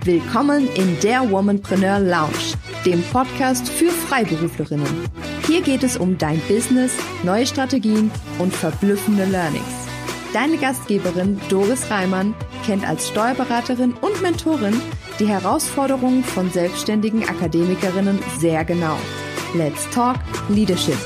Willkommen in der Womanpreneur Lounge, dem Podcast für Freiberuflerinnen. Hier geht es um dein Business, neue Strategien und verblüffende Learnings. Deine Gastgeberin Doris Reimann kennt als Steuerberaterin und Mentorin die Herausforderungen von selbstständigen Akademikerinnen sehr genau. Let's talk Leadership.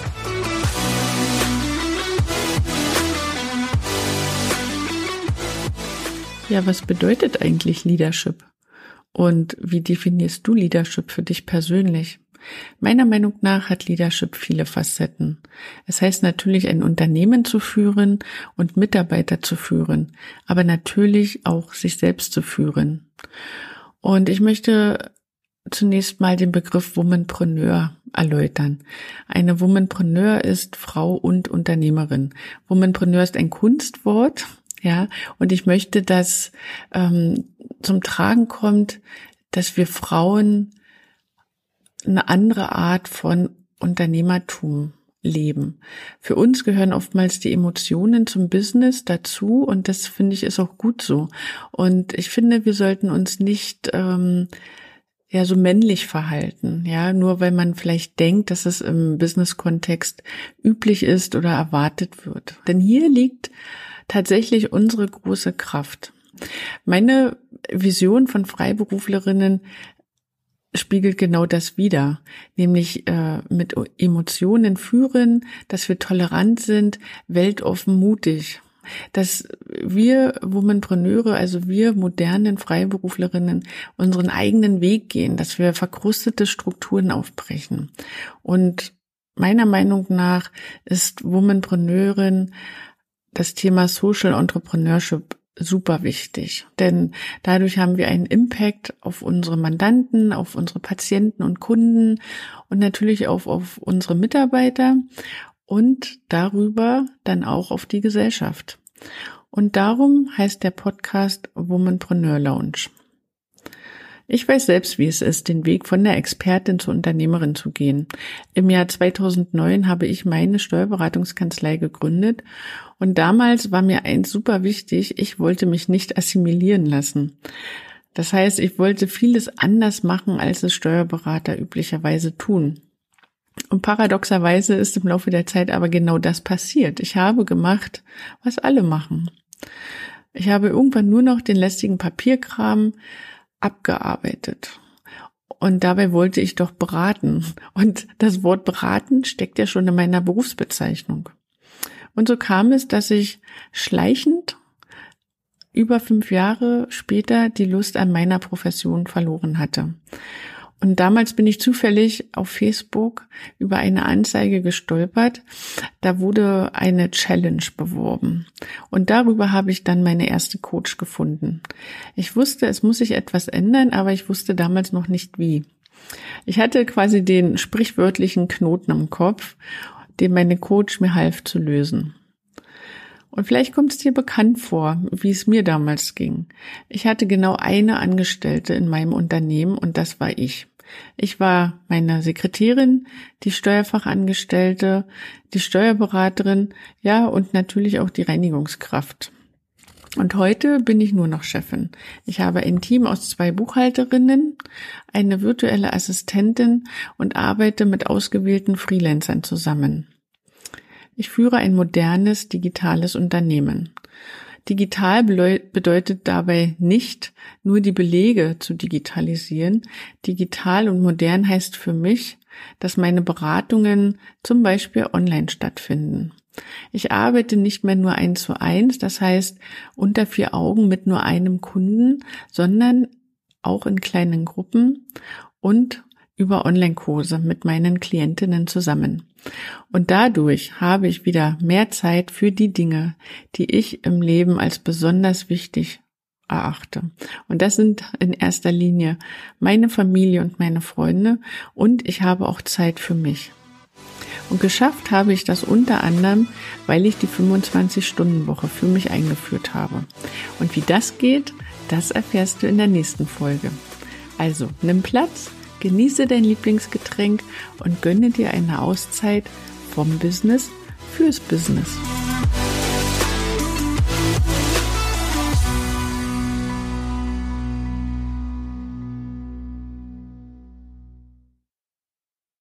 Ja, was bedeutet eigentlich Leadership? Und wie definierst du Leadership für dich persönlich? Meiner Meinung nach hat Leadership viele Facetten. Es heißt natürlich, ein Unternehmen zu führen und Mitarbeiter zu führen, aber natürlich auch sich selbst zu führen. Und ich möchte zunächst mal den Begriff Womanpreneur erläutern. Eine Womanpreneur ist Frau und Unternehmerin. Womanpreneur ist ein Kunstwort. Ja, und ich möchte, dass zum Tragen kommt, dass wir Frauen eine andere Art von Unternehmertum leben. Für uns gehören oftmals die Emotionen zum Business dazu und das finde ich ist auch gut so. Und ich finde, wir sollten uns nicht so männlich verhalten, ja, nur weil man vielleicht denkt, dass es im Business-Kontext üblich ist oder erwartet wird. Denn hier liegt tatsächlich unsere große Kraft. Meine Vision von Freiberuflerinnen spiegelt genau das wider, nämlich mit Emotionen führen, dass wir tolerant sind, weltoffen, mutig. Dass wir Womanpreneure, also wir modernen Freiberuflerinnen, unseren eigenen Weg gehen, dass wir verkrustete Strukturen aufbrechen. Und meiner Meinung nach ist Womanpreneurin das Thema Social Entrepreneurship super wichtig, denn dadurch haben wir einen Impact auf unsere Mandanten, auf unsere Patienten und Kunden und natürlich auch auf unsere Mitarbeiter und darüber dann auch auf die Gesellschaft. Und darum heißt der Podcast Womanpreneur Lounge. Ich weiß selbst, wie es ist, den Weg von der Expertin zur Unternehmerin zu gehen. Im Jahr 2009 habe ich meine Steuerberatungskanzlei gegründet und damals war mir eins super wichtig, ich wollte mich nicht assimilieren lassen. Das heißt, ich wollte vieles anders machen, als es Steuerberater üblicherweise tun. Und paradoxerweise ist im Laufe der Zeit aber genau das passiert. Ich habe gemacht, was alle machen. Ich habe irgendwann nur noch den lästigen Papierkram abgearbeitet. Und dabei wollte ich doch beraten. Und das Wort beraten steckt ja schon in meiner Berufsbezeichnung. Und so kam es, dass ich schleichend über 5 Jahre später die Lust an meiner Profession verloren hatte. Und damals bin ich zufällig auf Facebook über eine Anzeige gestolpert. Da wurde eine Challenge beworben. Und darüber habe ich dann meine erste Coach gefunden. Ich wusste, es muss sich etwas ändern, aber ich wusste damals noch nicht wie. Ich hatte quasi den sprichwörtlichen Knoten im Kopf, den meine Coach mir half zu lösen. Und vielleicht kommt es dir bekannt vor, wie es mir damals ging. Ich hatte genau eine Angestellte in meinem Unternehmen und das war ich. Ich war meine Sekretärin, die Steuerfachangestellte, die Steuerberaterin, ja, und natürlich auch die Reinigungskraft. Und heute bin ich nur noch Chefin. Ich habe ein Team aus 2 Buchhalterinnen, eine virtuelle Assistentin und arbeite mit ausgewählten Freelancern zusammen. Ich führe ein modernes, digitales Unternehmen. Digital bedeutet dabei nicht nur die Belege zu digitalisieren. Digital und modern heißt für mich, dass meine Beratungen zum Beispiel online stattfinden. Ich arbeite nicht mehr nur 1:1, das heißt unter 4 Augen mit nur einem Kunden, sondern auch in kleinen Gruppen und über Online-Kurse mit meinen Klientinnen zusammen. Und dadurch habe ich wieder mehr Zeit für die Dinge, die ich im Leben als besonders wichtig erachte. Und das sind in erster Linie meine Familie und meine Freunde und ich habe auch Zeit für mich. Und geschafft habe ich das unter anderem, weil ich die 25-Stunden-Woche für mich eingeführt habe. Und wie das geht, das erfährst du in der nächsten Folge. Also, nimm Platz, genieße dein Lieblingsgetränk und gönne dir eine Auszeit vom Business fürs Business.